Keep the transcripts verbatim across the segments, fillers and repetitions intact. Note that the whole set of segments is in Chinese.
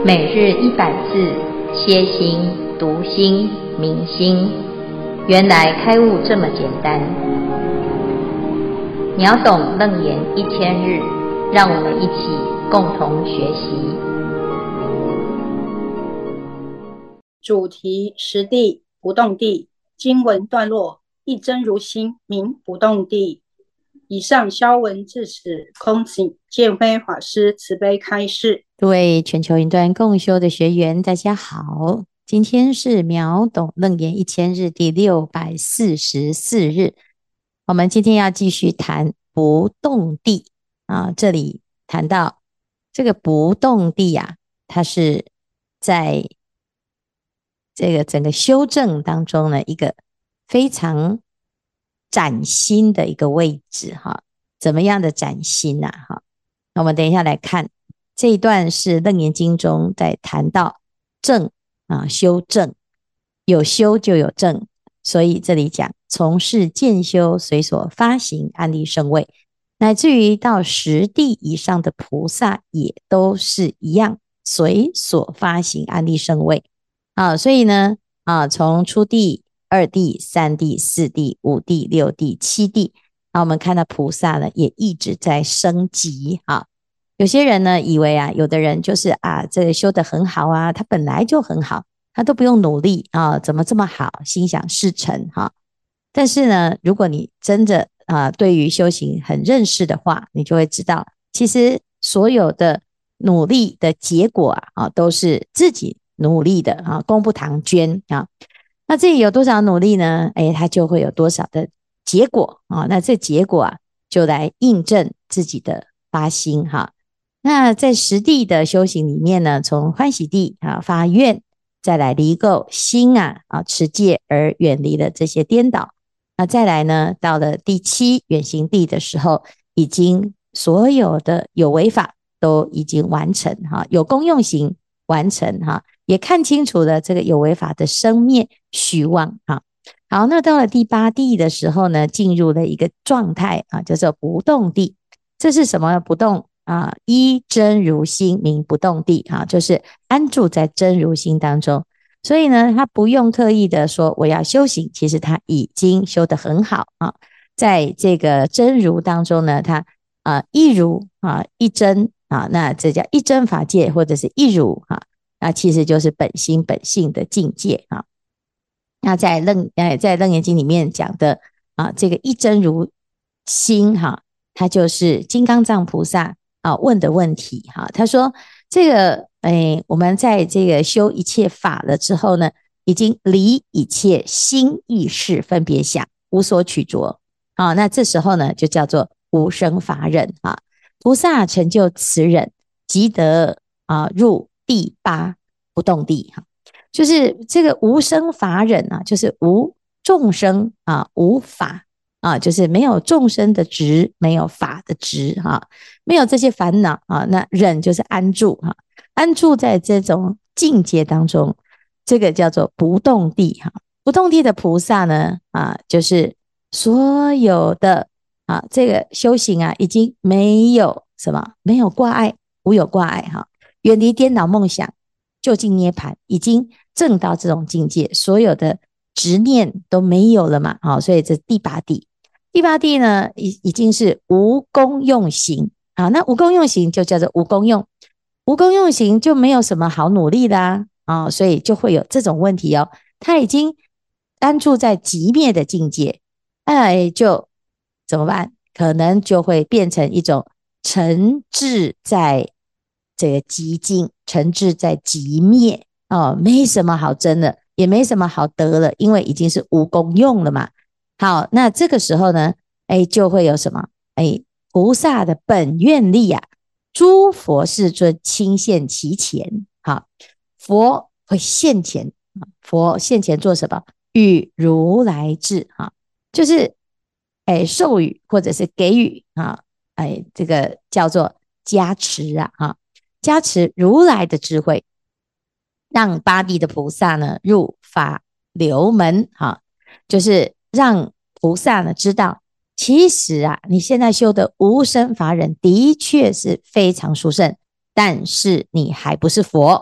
每日一百字，歇心、读心、明心，原来开悟这么简单。秒懂楞严一千日，让我们一起共同学习。 主题：实地不动地。经文段落：一真如心名不动地。以上消文至此，恭请建辉法师慈悲开示。 各位全球云端共修的学员，大家好，今天是秒懂楞严一千日第六百四十四日。我们今天要继续谈不动地啊，这里谈到这个不动地啊，它是在这个整个修正当中呢，一个非常崭新的一个位置哈。怎么样的崭新啊？哈，那我们等一下来看。这一段是楞严经中在谈到正啊，修正，有修就有正，所以这里讲从事渐修随所发行安立生位，乃至于到十地以上的菩萨也都是一样，随所发行安立生位啊。所以呢啊，从初地、二地、三地、四地、五地、六地、七地，啊，我们看到菩萨呢也一直在升级啊。有些人呢以为啊，有的人就是啊，这个修得很好啊，他本来就很好，他都不用努力啊，怎么这么好？心想事成哈。但是呢，如果你真的啊对于修行很认识的话，你就会知道，其实所有的努力的结果啊，啊都是自己努力的啊，功不唐捐啊。那自己有多少努力呢？哎，他就会有多少的结果啊。那这结果啊，就来印证自己的发心哈。那在实地的修行里面呢，从欢喜地啊发愿，再来离垢心啊啊持戒而远离了这些颠倒。那再来呢，到了第七远行地的时候，已经所有的有为法都已经完成哈，有功用行完成哈，也看清楚了这个有为法的生灭虚妄哈。好，那到了第八地的时候呢，进入了一个状态啊，叫做不动地。这是什么不动？啊，依真如心名不动地啊，就是安住在真如心当中。所以呢，他不用刻意的说我要修行，其实他已经修得很好啊。在这个真如当中呢，他啊一如啊一真啊，那这叫一真法界或者是一如啊，那其实就是本心本性的境界啊。那在楞哎在楞严经里面讲的啊，这个一真如心哈、啊，它就是金刚藏菩萨啊问的问题哈。他说这个哎，我们在这个修一切法了之后呢，已经离一切心意识分别想，无所取着啊。那这时候呢，就叫做无生法忍啊。菩萨成就此忍，即得啊入第八不动地哈。就是这个无生法忍啊，就是无众生啊，无法啊，就是没有众生的执，没有法的执哈、啊，没有这些烦恼啊。那忍就是安住哈、啊，安住在这种境界当中，这个叫做不动地哈、啊。不动地的菩萨呢啊，就是所有的啊这个修行啊，已经没有什么，没有挂碍，无有挂碍哈、啊，远离颠倒梦想，就近涅槃，已经证到这种境界，所有的执念都没有了嘛，好，所以这第八地。第八地呢，已已经是无功用行啊。那无功用行就叫做无功用，无功用行就没有什么好努力的啊，啊所以就会有这种问题哦。他已经安住在寂灭的境界，哎，就怎么办？可能就会变成一种沉滞在这个寂静，沉滞在寂灭哦，没什么好争的，也没什么好得了，因为已经是无功用了嘛。好，那这个时候呢，哎，就会有什么？哎，菩萨的本愿力啊，诸佛世尊亲现其前。好，佛会现前，佛现前做什么？与如来智哈，就是哎授予或者是给予啊，哎这个叫做加持啊，哈，加持如来的智慧，让八地的菩萨呢入法流门哈，就是让菩萨呢知道，其实啊，你现在修的无生法忍的确是非常殊胜，但是你还不是佛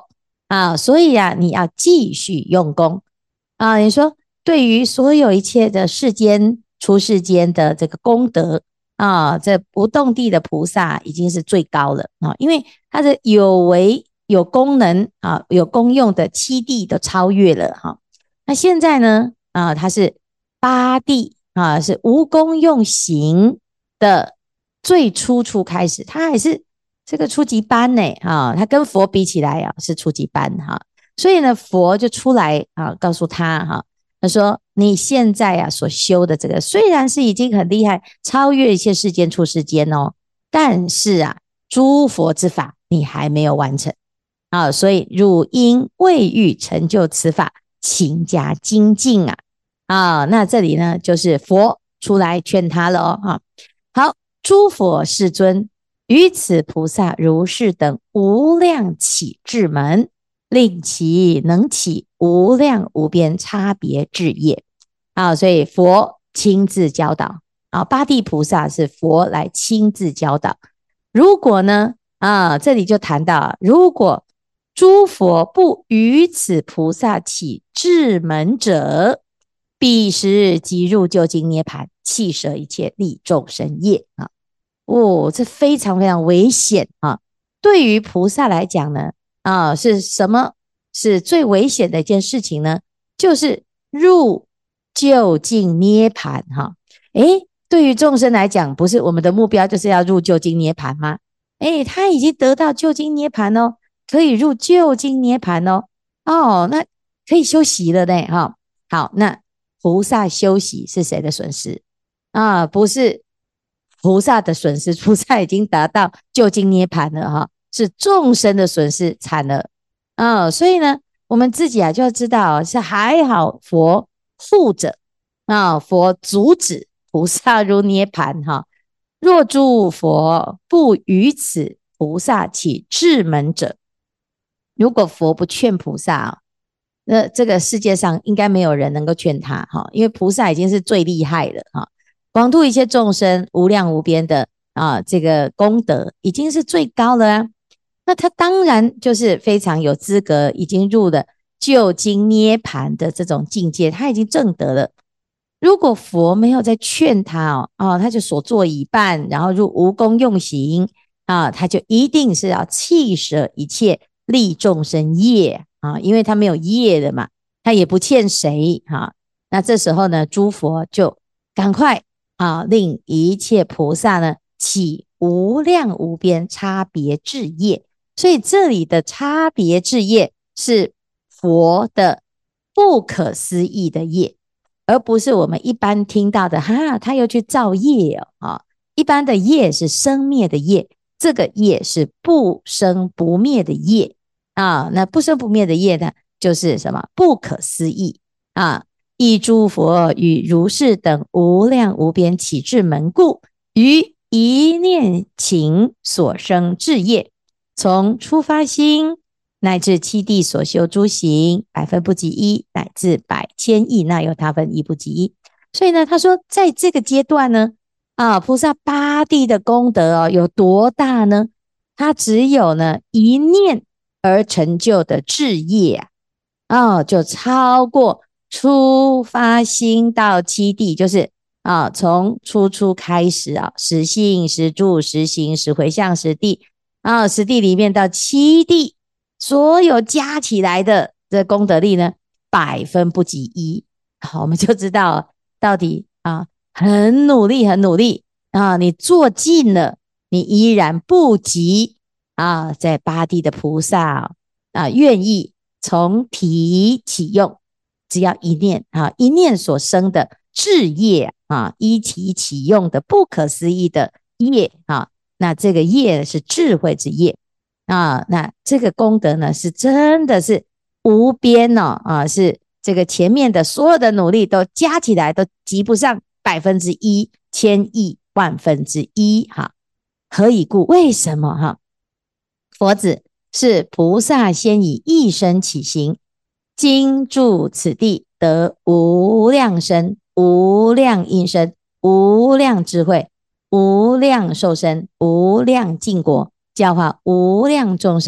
啊，所以啊，你要继续用功啊。你说对于所有一切的世间出世间的这个功德啊，这不动地的菩萨已经是最高了啊，因为他的有为有功能啊，有功用的七地都超越了哈、啊。那现在呢啊，他是八地啊，是无功用行的最初初开始，他还是这个初级班呢啊，他跟佛比起来啊是初级班哈、啊，所以呢佛就出来啊告诉他哈、啊，他说你现在啊所修的这个虽然是已经很厉害，超越一切世间出世间哦，但是啊诸佛之法你还没有完成啊，所以汝应未欲成就此法，勤加精进啊啊，那这里呢就是佛出来劝他了哦啊，好，诸佛世尊。于此菩萨如是等无量起智门，令其能起无量无边差别智业啊！所以佛亲自教导啊，八地菩萨是佛来亲自教导。如果呢啊，这里就谈到，如果诸佛不于此菩萨起智门者，彼时即入究竟涅盘，弃舍一切利众生业啊！哦，这非常非常危险啊！对于菩萨来讲呢，啊，是什么是最危险的一件事情呢？就是入究竟涅盘哈。诶，对于众生来讲，不是我们的目标就是要入究竟涅盘吗？诶，他已经得到究竟涅盘哦，可以入究竟涅盘哦，哦，那可以休息了呢哈。好，那菩萨休息是谁的损失啊？不是菩萨的损失，菩萨已经达到究竟涅盘了哈，是众生的损失惨了啊、哦！所以呢，我们自己啊就要知道，是还好佛护着啊、哦，佛阻止菩萨入涅盘哈。若诸佛不于此菩萨起智门者，如果佛不劝菩萨啊，那这个世界上应该没有人能够劝他哈，因为菩萨已经是最厉害了哈。广度一切众生无量无边的啊，这个功德已经是最高了啊。那他当然就是非常有资格，已经入了究竟涅盘的这种境界，他已经证得了。如果佛没有在劝他哦，哦，他就所作已办，然后入无功用行啊，他就一定是要弃舍一切利众生业啊，因为他没有业的嘛，他也不欠谁哈、啊。那这时候呢，诸佛就赶快啊，令一切菩萨呢起无量无边差别智业。所以这里的差别智业是佛的不可思议的业，而不是我们一般听到的哈，他又去造业哦啊。一般的业是生灭的业，这个业是不生不灭的业啊。那不生不灭的业呢，就是什么不可思议啊。亦诸佛与如是等无量无边起智门故，于一念情所生智业，从初发心乃至七地所修诸行，百分不及一，乃至百千亿那由他分亦不及一。所以呢，他说在这个阶段呢，啊，菩萨八地的功德哦有多大呢？他只有呢一念而成就的智业啊，哦，就超过初发心到七地，就是啊，从初初开始啊，十信、十住、十行、十回向、十地啊，十地里面到七地，所有加起来的这功德力呢，百分不及一。好，我们就知道到底啊，很努力，很努力啊，你做尽了，你依然不及啊，在八地的菩萨啊，愿意从体起用。只要一念啊，一念所生的智业啊，一体起用的不可思议的业啊，那这个业是智慧之业啊，那这个功德呢，是真的是无边哦啊，是这个前面的所有的努力都加起来都及不上百分之一、千亿万分之一哈。何以故？为什么哈？佛子是菩萨先以一生起行。今住此地，得无量身、无量音声、无量智慧、无量寿身、无量净国，教化无量众生，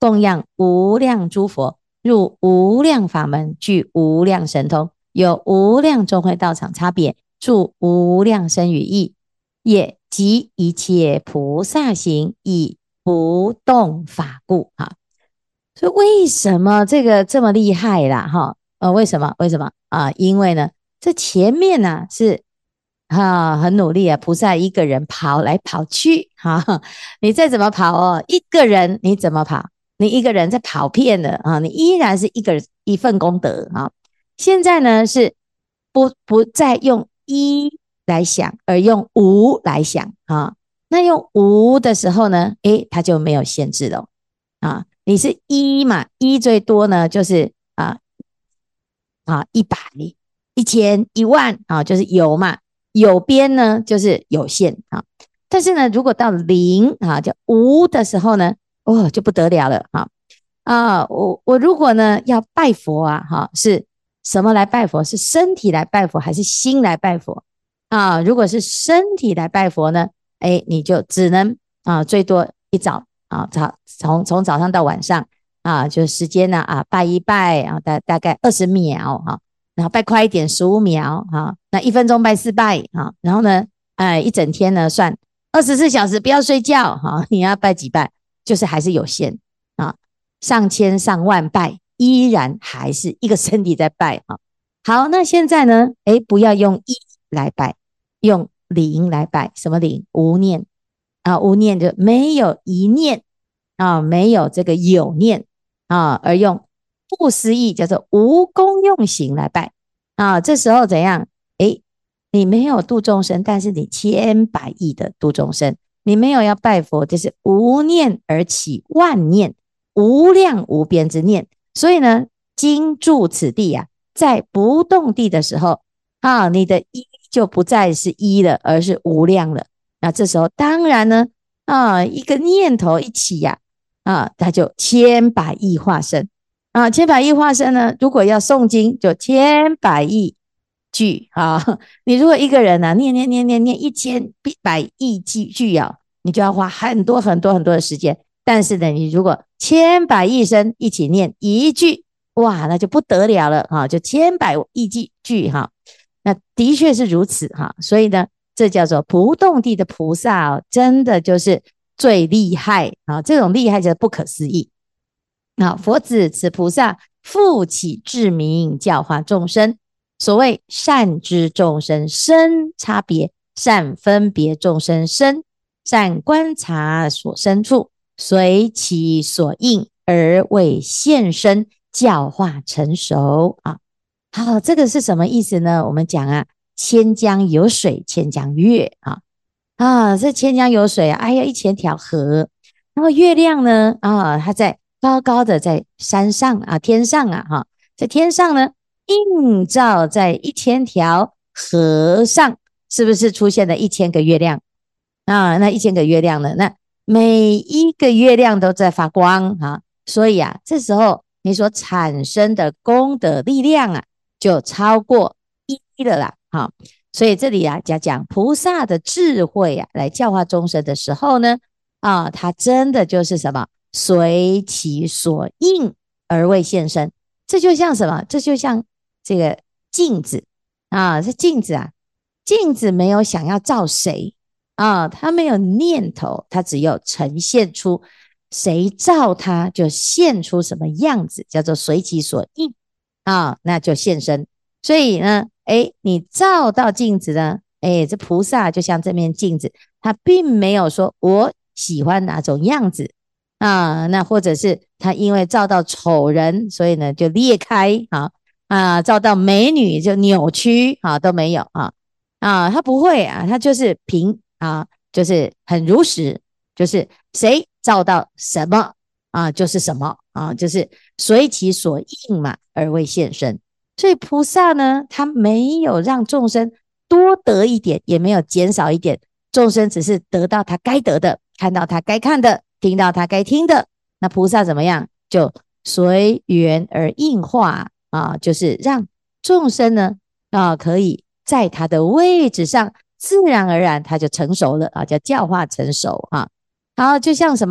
供养无量诸佛，入无量法门，具无量神通，有无量众会道场差别，住无量身语意，也即一切菩萨行，以不动法故啊。所以为什么这个这么厉害啦？哈，呃，为什么？为什么啊？因为呢，这前面呢、啊、是啊很努力啊，菩萨一个人跑来跑去，哈、啊，你再怎么跑哦，一个人你怎么跑？你一个人在跑遍了啊，你依然是一个一份功德啊。现在呢是不不再用一来想，而用无来想啊。那用无的时候呢，诶，它就没有限制了啊。你是一嘛，一最多呢就是啊啊一百、一千、一万啊，就是有嘛。有边呢就是有限啊。但是呢，如果到零啊，叫无的时候呢，哦，就不得了了哈啊！我我如果呢要拜佛啊，哈，是什么来拜佛？是身体来拜佛，还是心来拜佛啊？如果是身体来拜佛呢，哎，你就只能啊，最多一早啊，早从从早上到晚上啊，就时间呢啊，拜一拜啊，大大概二十秒哈、啊，然后拜快一点十五秒哈、啊，那一分钟拜四拜啊，然后呢，哎，一整天呢算二十四小时不要睡觉哈、啊，你要拜几拜？就是还是有限啊，上千上万拜，依然还是一个身体在拜啊。好，那现在呢，诶，不要用一来拜，用零来拜。什么零？无念啊，无念就没有一念啊，没有这个有念啊，而用不思议叫做无功用行来拜啊。这时候怎样？诶，你没有度众生，但是你千百亿的度众生。你没有要拜佛，就是无念而起万念，无量无边之念。所以呢，今住此地啊，在不动地的时候啊，你的一就不再是一了，而是无量了。那这时候当然呢，啊，一个念头一起呀、啊，啊，它就千百亿化身啊，千百亿化身呢，如果要诵经，就千百亿句啊。你如果一个人啊，念念念念念一千百亿句句啊，你就要花很多很多很多的时间。但是呢，你如果千百亿声一起念一句，哇，那就不得了了啊，就千百亿句句哈。那的确是如此哈，所以呢，这叫做不动地的菩萨哦，真的就是最厉害啊，这种厉害就是不可思议。啊，佛子此菩萨复起智明，教化众生。所谓善知众生身差别，善分别众生身，善观察所身处，随其所应而为现身，教化成熟啊。好，这个是什么意思呢？我们讲啊，千江有水千江月啊啊，这千江有水啊，哎呀，一千条河。然后月亮呢啊，它在高高的在山上啊，天上啊哈，在天上呢映照在一千条河上，是不是出现了一千个月亮啊？那一千个月亮呢，那每一个月亮都在发光啊，所以啊，这时候你所产生的功德力量啊，就超过一了啦，哈。所以这里啊，讲讲菩萨的智慧啊，来教化众生的时候呢，啊，他真的就是什么，随其所应而为现身。这就像什么？这就像这个镜子啊，这镜子啊，镜子没有想要照谁啊，它没有念头，它只有呈现出谁照它就现出什么样子，叫做随其所应啊，那就现身。所以呢，诶，你照到镜子呢，诶，这菩萨就像这面镜子，他并没有说我喜欢哪种样子啊，那或者是他因为照到丑人，所以呢就裂开啊啊，照到美女就扭曲啊，都没有啊啊，他不会啊，他就是平啊，就是很如实，就是谁照到什么啊，就是什么啊，就是随其所应嘛，而为现身。所以菩萨呢，他没有让众生多得一点，也没有减少一点，众生只是得到他该得的，看到他该看的，听到他该听的。那菩萨怎么样？就随缘而应化啊，就是让众生呢啊，可以在他的位置上，自然而然他就成熟了啊，叫教化成熟啊。好，就像什么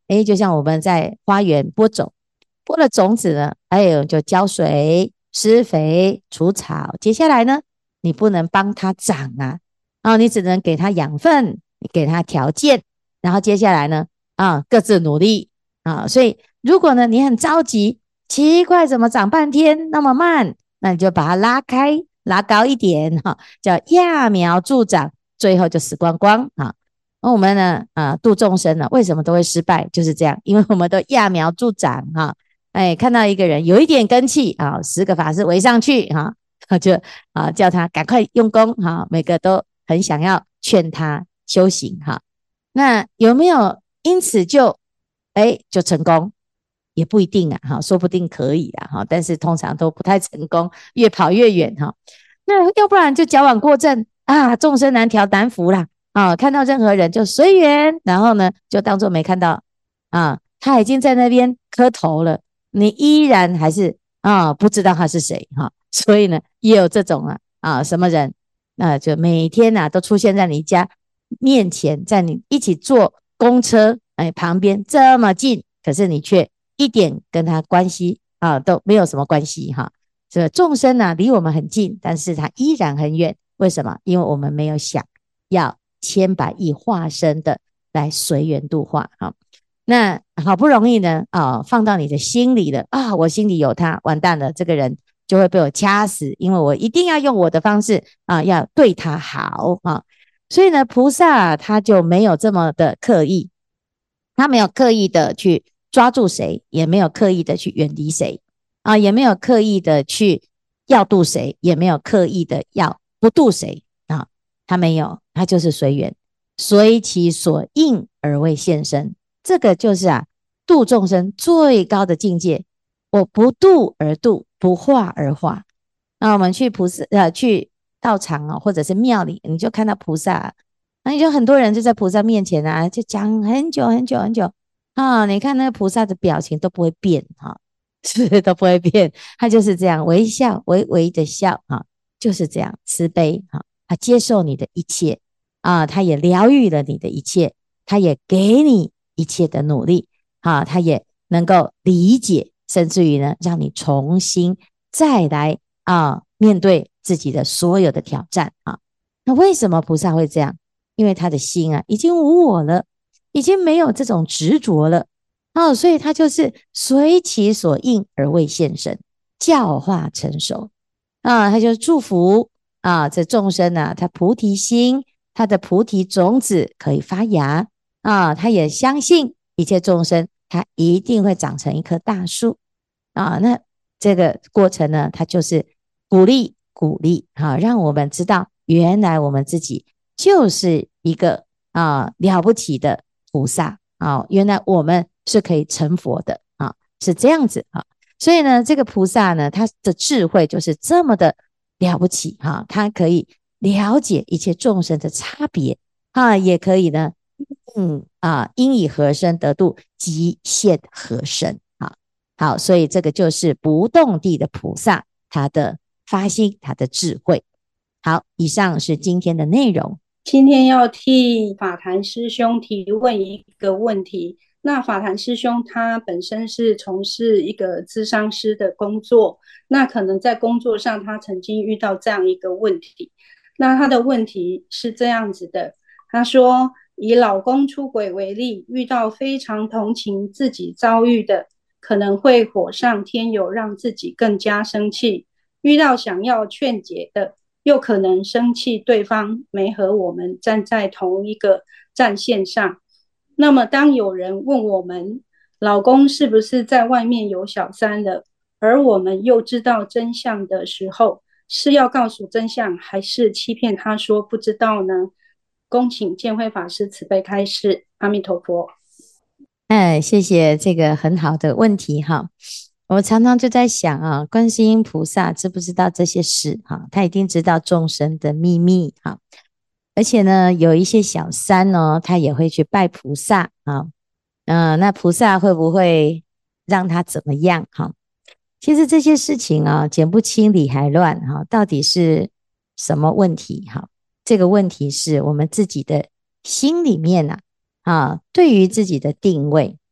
诶，就像我们在花园播种，播了种子呢，还有就浇水、施肥、除草。接下来呢，你不能帮它长啊，啊，你只能给它养分，你给它条件，然后接下来呢，啊，各自努力啊。所以如果呢你很着急，奇怪怎么长半天那么慢，那你就把它拉开，拉高一点哈，叫揠苗助长，最后就死光光啊。那我们呢，啊，度众生呢，为什么都会失败？就是这样，因为我们都揠苗助长哈。哎，看到一个人有一点根气啊，十个法师围上去哈，就啊叫他赶快用功哈，每个都很想要劝他修行哈。那有没有因此就哎就成功？也不一定啊，哈，说不定可以啊，哈，但是通常都不太成功，越跑越远哈。那要不然就矫枉过正啊，众生难调难服啦啊，看到任何人就随缘，然后呢就当作没看到啊，他已经在那边磕头了，你依然还是啊不知道他是谁哈，所以呢也有这种啊啊什么人，那就每天啊都出现在你家面前，在你一起坐公车哎旁边这么近，可是你却一点跟他关系啊都没有什么关系哈。这众生呢、啊、离我们很近，但是他依然很远。为什么？因为我们没有想要千百亿化身的来随缘度化哈。那好不容易呢啊放到你的心里了啊，我心里有他，完蛋了，这个人就会被我掐死，因为我一定要用我的方式啊，要对他好啊。所以呢，菩萨他就没有这么的刻意，他没有刻意的去抓住谁，也没有刻意的去远离谁啊，也没有刻意的去要度谁，也没有刻意的要不度谁啊，他没有，他就是随缘，随其所应而为现身。这个就是啊，度众生最高的境界。我不度而度，不化而化。那我们去菩萨呃去道场啊，或者是庙里，你就看到菩萨，那你就很多人就在菩萨面前啊，就讲很久很久很久啊。你看那个菩萨的表情都不会变哈，是不是都不会变？他就是这样微笑，微微的笑哈，就是这样慈悲哈，他接受你的一切啊，他也疗愈了你的一切，他也给你一切的努力啊，他也能够理解，甚至于呢，让你重新再来啊，面对自己的所有的挑战啊。那为什么菩萨会这样？因为他的心啊，已经无我了，已经没有这种执着了哦，所以他就是随其所应而为现身，教化成熟啊，他就祝福啊，这众生啊，他菩提心，他的菩提种子可以发芽啊，他也相信一切众生，他一定会长成一棵大树啊。那这个过程呢，他就是鼓励鼓励哈、啊，让我们知道，原来我们自己就是一个啊了不起的菩萨啊，原来我们是可以成佛的啊，是这样子啊。所以呢，这个菩萨呢，他的智慧就是这么的了不起哈、啊，他可以了解一切众生的差别啊，也可以呢，嗯啊，因以何身得度，即现何身啊。好，所以这个就是不动地的菩萨，他的发心，他的智慧。好，以上是今天的内容。 今天要替法坛师兄提问一个问题。那法坛师兄他本身是从事一个咨商师的工作，那可能在工作上他曾经遇到这样一个问题。那他的问题是这样子的，他说以老公出轨为例，遇到非常同情自己遭遇的，可能会火上添油，让自己更加生气；遇到想要劝解的，又可能生气对方没和我们站在同一个战线上。那么当有人问我们老公是不是在外面有小三了，而我们又知道真相的时候，是要告诉真相，还是欺骗他说不知道呢？恭请见慧法师慈悲开示。阿弥陀佛。 哎，谢谢这个很好的问题哈。我常常就在想啊，观世音菩萨知不知道这些事哈？他一定知道众生的秘密哈。而且呢，有一些小三呢，他也会去拜菩萨啊。嗯、呃，那菩萨会不会让他怎么样哈？其实这些事情啊，剪不清理还乱哈，到底是什么问题哈？这个问题是我们自己的心里面啊，啊，对于自己的定位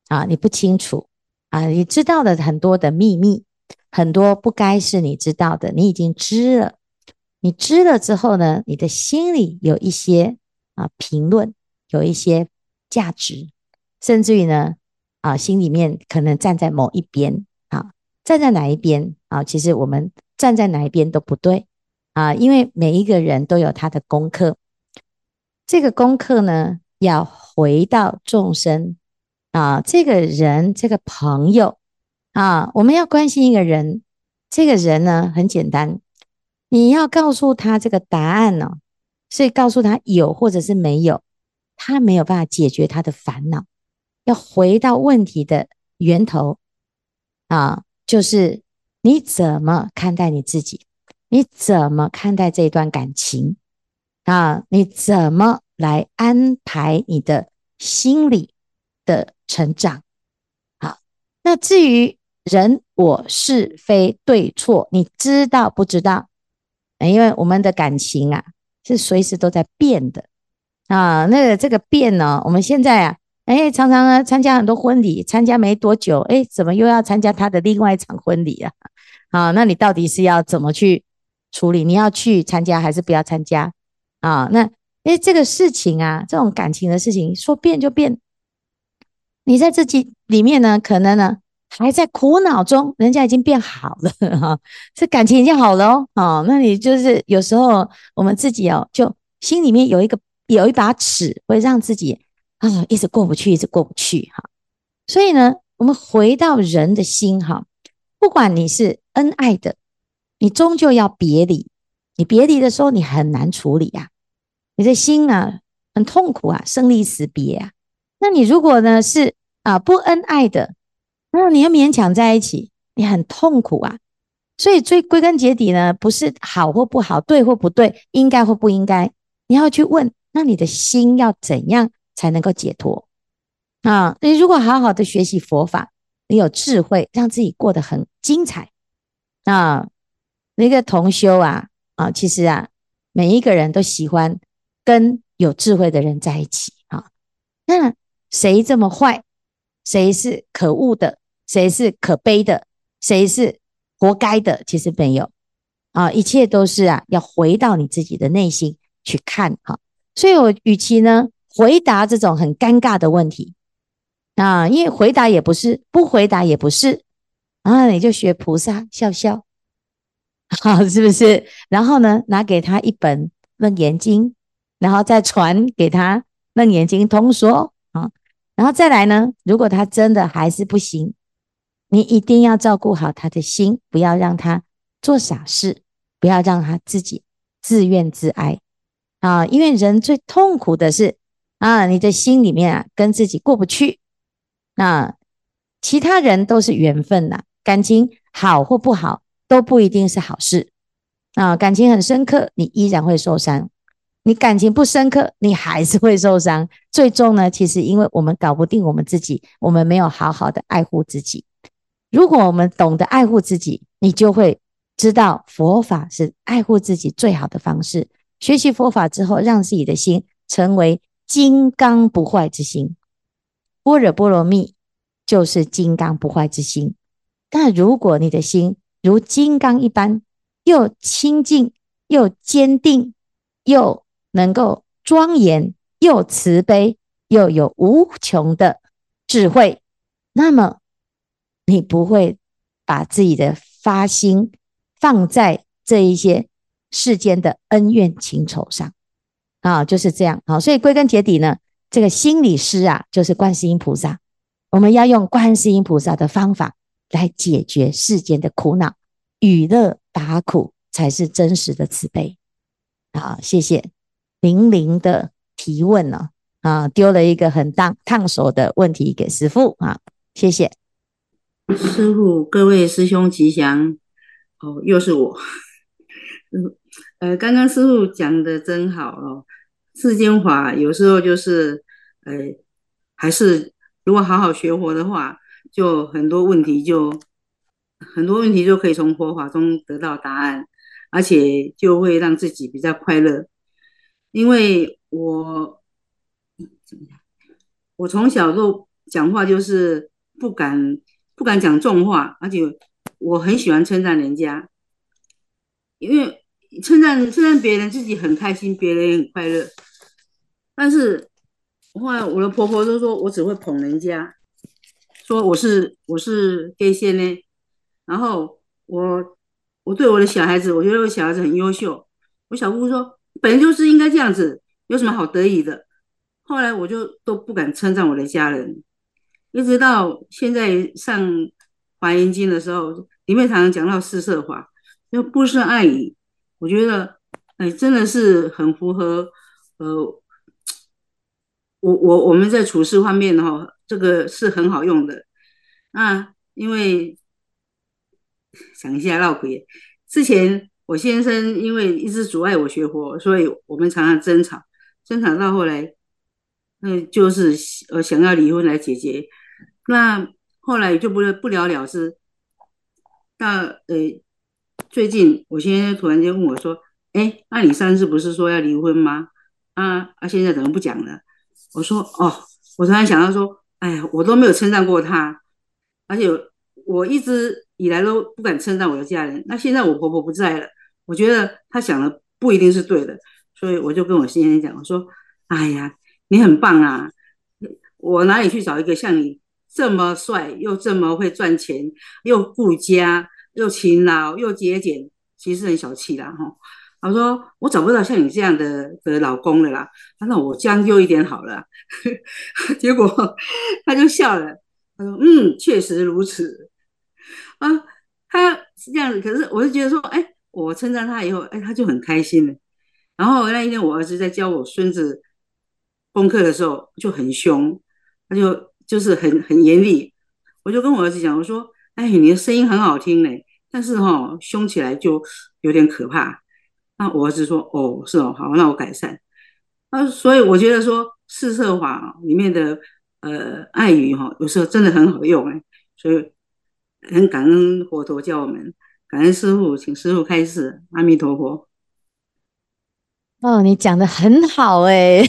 啊，你不清楚啊，你知道的很多的秘密，很多不该是你知道的，你已经知了。你知了之后呢，你的心里有一些啊评论，有一些价值，甚至于呢啊心里面可能站在某一边啊，站在哪一边啊？其实我们站在哪一边都不对啊，因为每一个人都有他的功课。这个功课呢，要回到众生啊，这个人，这个朋友啊，我们要关心一个人，这个人呢很简单，你要告诉他这个答案呢、哦，所以告诉他有或者是没有，他没有办法解决他的烦恼，要回到问题的源头啊，就是你怎么看待你自己，你怎么看待这段感情啊，你怎么来安排你的心理的成长？好，那至于人我是非对错，你知道不知道？因为我们的感情啊是随时都在变的啊。那个这个变呢，我们现在啊，哎，常常呢参加很多婚礼，参加没多久，哎，怎么又要参加他的另外一场婚礼啊？啊，那你到底是要怎么去处理？你要去参加还是不要参加啊？那哎，这个事情啊，这种感情的事情，说变就变。你在自己里面呢，可能呢还在苦恼中，人家已经变好了哈，这感情已经好了哦。哦，那你就是有时候我们自己哦，就心里面有一个有一把尺，会让自己啊一直过不去，一直过不去哈。所以呢，我们回到人的心哈，不管你是恩爱的，你终究要别离。你别离的时候，你很难处理啊，你的心啊很痛苦啊，生离死别啊。那你如果呢是啊不恩爱的，那你要勉强在一起，你很痛苦啊。所以最归根结底呢，不是好或不好，对或不对，应该或不应该，你要去问，那你的心要怎样才能够解脱啊？你如果好好的学习佛法，你有智慧，让自己过得很精彩啊。那个同修啊啊，其实啊，每一个人都喜欢跟有智慧的人在一起啊。那谁这么坏？谁是可恶的？谁是可悲的？谁是活该的？其实没有啊，一切都是啊，要回到你自己的内心去看哈。所以我与其呢回答这种很尴尬的问题啊，因为回答也不是，不回答也不是啊，你就学菩萨笑笑，好，是不是？然后呢，拿给他一本楞严经，然后再传给他楞严经通说啊。然后再来呢，如果他真的还是不行，你一定要照顾好他的心，不要让他做傻事，不要让他自己自怨自哀啊。因为人最痛苦的是啊，你的心里面啊跟自己过不去。那其他人都是缘分呐、啊，感情好或不好都不一定是好事啊。感情很深刻，你依然会受伤；你感情不深刻，你还是会受伤。最终呢，其实因为我们搞不定我们自己，我们没有好好的爱护自己。如果我们懂得爱护自己，你就会知道佛法是爱护自己最好的方式。学习佛法之后，让自己的心成为金刚不坏之心。般若波罗蜜就是金刚不坏之心。但如果你的心如金刚一般，又清净，又坚定，又能够庄严，又慈悲，又有无穷的智慧，那么你不会把自己的发心放在这一些世间的恩怨情仇上啊，就是这样啊。所以归根结底呢，这个心理师啊，就是观世音菩萨。我们要用观世音菩萨的方法来解决世间的苦恼，与乐拔苦才是真实的慈悲。好，谢谢玲玲的提问呢、啊，丢了一个很烫烫手的问题给师父啊，谢谢师父，各位师兄吉祥。哦，又是我。呃，刚刚师父讲的真好哦。世间法有时候就是，呃，还是如果好好学佛的话，就很多问题就很多问题就可以从佛法中得到答案，而且就会让自己比较快乐。因为我我从小就讲话就是不敢不敢讲重话，而且我很喜欢称赞人家，因为称赞称赞别人自己很开心，别人也很快乐。但是后来我的婆婆都说我只会捧人家，说我是我是 gay 仙呢。然后我我对我的小孩子，我觉得我小孩子很优秀。我小姑姑说本来就是应该这样子，有什么好得意的？后来我就都不敢称赞我的家人，一直到现在上华严经的时候，里面常常讲到四摄法，就不是爱语，我觉得哎真的是很符合呃我我我们在处事方面哈、哦，这个是很好用的。那因为想一下绕鬼，之前我先生因为一直阻碍我学佛，所以我们常常争吵，争吵到后来，嗯，就是呃想要离婚来解决。那后来就不不了了之。到呃最近我先生突然间问我说：“哎，那你上次不是说要离婚吗？啊啊，现在怎么不讲了？”我说：“哦，我突然想到说，哎呀，我都没有称赞过他，而且我一直以来都不敢称赞我的家人。那现在我婆婆不在了，我觉得她想的不一定是对的，所以我就跟我先生讲，我说：哎呀，你很棒啊，我哪里去找一个像你这么帅又这么会赚钱又顾家又勤劳又节俭，其实很小气啦哈。”我说我找不到像你这样的的老公了啦，那我将就一点好了。结果他就笑了，他说：“嗯，确实如此啊。”他是这样子，可是我就觉得说，哎，我称赞他以后，哎，他就很开心了。然后那一天我儿子在教我孙子功课的时候就很凶，他就就是很很严厉。我就跟我儿子讲，我说：“哎，你的声音很好听嘞，但是哈、哦、凶起来就有点可怕。”那我儿子说：“哦，是哦，好，那我改善。”啊，所以我觉得说四摄法里面的呃爱语哈、哦，有时候真的很好用哎，所以很感恩佛陀教我们，感恩师父，请师父开示，阿弥陀佛。 哦，你讲的很好诶。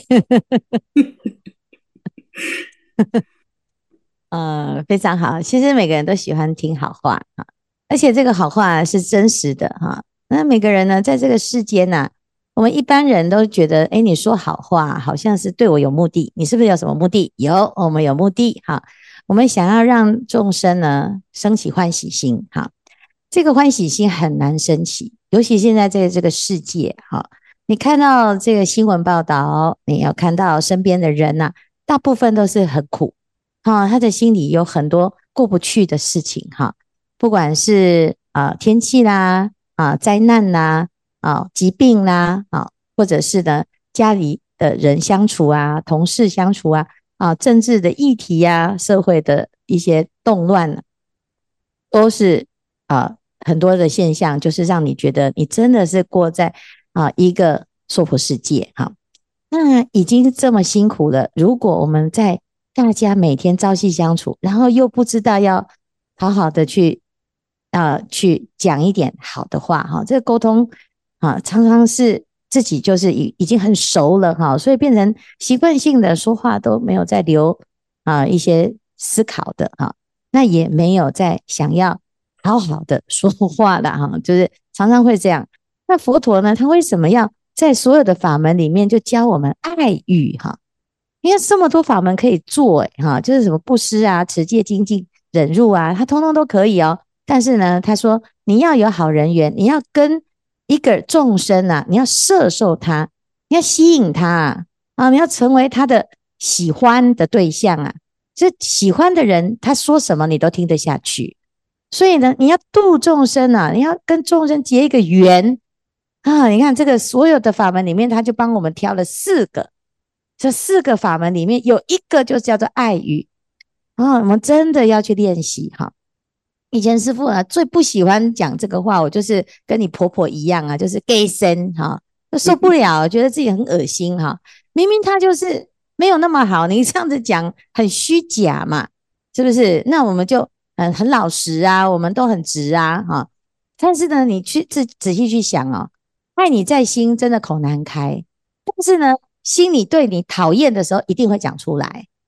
呃，非常好。其实每个人都喜欢听好话哈，而且这个好话是真实的哈。那每个人呢，在这个世间呢、啊，我们一般人都觉得，哎，你说好话好像是对我有目的，你是不是有什么目的？有，我们有目的哈。我们想要让众生呢升起欢喜心哈，这个欢喜心很难升起，尤其现在在这个世界哈，你看到这个新闻报道，你要看到身边的人呐、啊，大部分都是很苦。哈、哦，他的心里有很多过不去的事情哈，不管是啊、呃、天气啦啊灾难啦啊疾病啦啊，或者是呢家里的人相处啊，同事相处啊啊政治的议题呀、啊，社会的一些动乱，都是啊很多的现象，就是让你觉得你真的是过在啊一个娑婆世界哈。那已经这么辛苦了，如果我们在大家每天朝夕相处，然后又不知道要好好的去呃去讲一点好的话哈，这个沟通啊常常是自己就是已已经很熟了哈，所以变成习惯性的说话都没有在留啊一些思考的哈，那也没有在想要好好的说话的哈，就是常常会这样。那佛陀呢，他为什么要在所有的法门里面就教我们爱语哈？因为这么多法门可以做诶哈，就是什么布施啊、持戒、精进、忍辱啊，他通通都可以哦。但是呢，他说你要有好人缘，你要跟一个众生啊，你要摄受他，你要吸引他啊，啊你要成为他的喜欢的对象啊。这喜欢的人，他说什么你都听得下去。所以呢，你要度众生啊，你要跟众生结一个缘啊。你看这个所有的法门里面，他就帮我们挑了四个。这四个法门里面有一个就叫做爱语啊，我们真的要去练习哈。以前师父呢最不喜欢讲这个话，我就是跟你婆婆一样啊，就是 gay 身哈，就受不了，觉得自己很恶心哈。明明他就是没有那么好，你这样子讲很虚假嘛，是不是？那我们就很很老实啊，我们都很直啊哈。但是呢，你去仔仔细去想哦，爱你在心，真的口难开，但是呢。心里对你讨厌的时候，一定会讲出来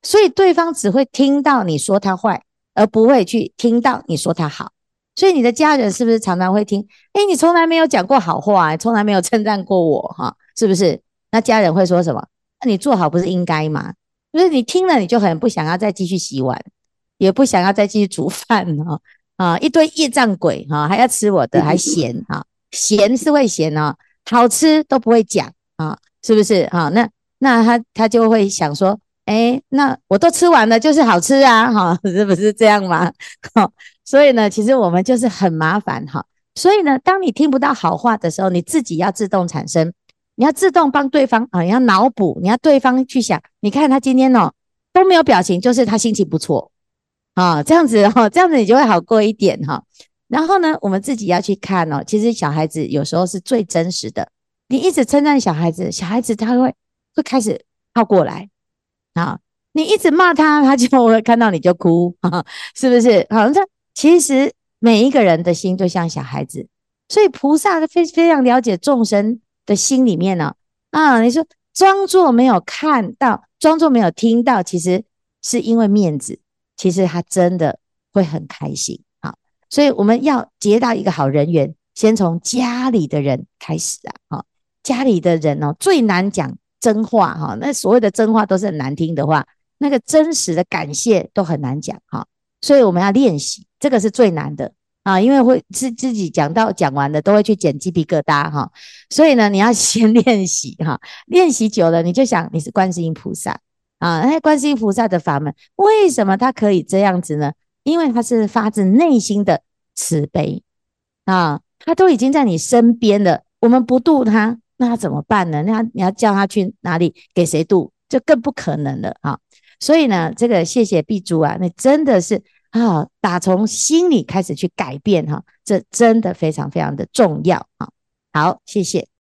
所以对方只会听到你说他坏，而不会去听到你说他好。所以你的家人是不是常常会听，诶，你从来没有讲过好话，从来没有称赞过我哈，是不是？那家人会说什么？那你做好不是应该吗？就是你听了你就很不想要再继续洗碗，也不想要再继续煮饭哈啊，一堆业障鬼哈，还要吃我的，还嫌啊，嫌是会嫌哦，好吃都不会讲啊，是不是啊？那那他他就会想说，哎，那我都吃完了，就是好吃啊，哈，是不是这样吗？所以呢，其实我们就是很麻烦哈。所以呢，当你听不到好话的时候，你自己要自动产生，你要自动帮对方啊，你要脑补，你要对方去想，你看他今天哦都没有表情，就是他心情不错啊，这样子哈、哦，这样子你就会好过一点哈、哦。然后呢，我们自己要去看哦，其实小孩子有时候是最真实的。你一直称赞小孩子，小孩子他会会开始靠过来啊。你一直骂他，他就会看到你就哭，呵呵，是不是？好，那其实每一个人的心就像小孩子，所以菩萨非非常了解众生的心里面呢、啊。啊，你说装作没有看到，装作没有听到，其实是因为面子，其实他真的会很开心啊。所以我们要结到一个好人缘，先从家里的人开始啊。啊，家里的人哦最难讲真话哈，那所谓的真话都是很难听的话。那个真实的感谢都很难讲哈，所以我们要练习，这个是最难的啊，因为会自自己讲到讲完了都会去捡鸡皮疙瘩哈，所以呢，你要先练习哈，练习久了你就想你是观世音菩萨啊，那观世音菩萨的法门为什么他可以这样子呢？因为他是发自内心的慈悲啊，他都已经在你身边了，我们不度他，那他怎么办呢？那你要叫他去哪里给谁度，就更不可能了啊。所以呢，这个谢谢碧珠啊，那真的是啊，打从心里开始去改变哈，这真的非常非常的重要啊。好，谢谢。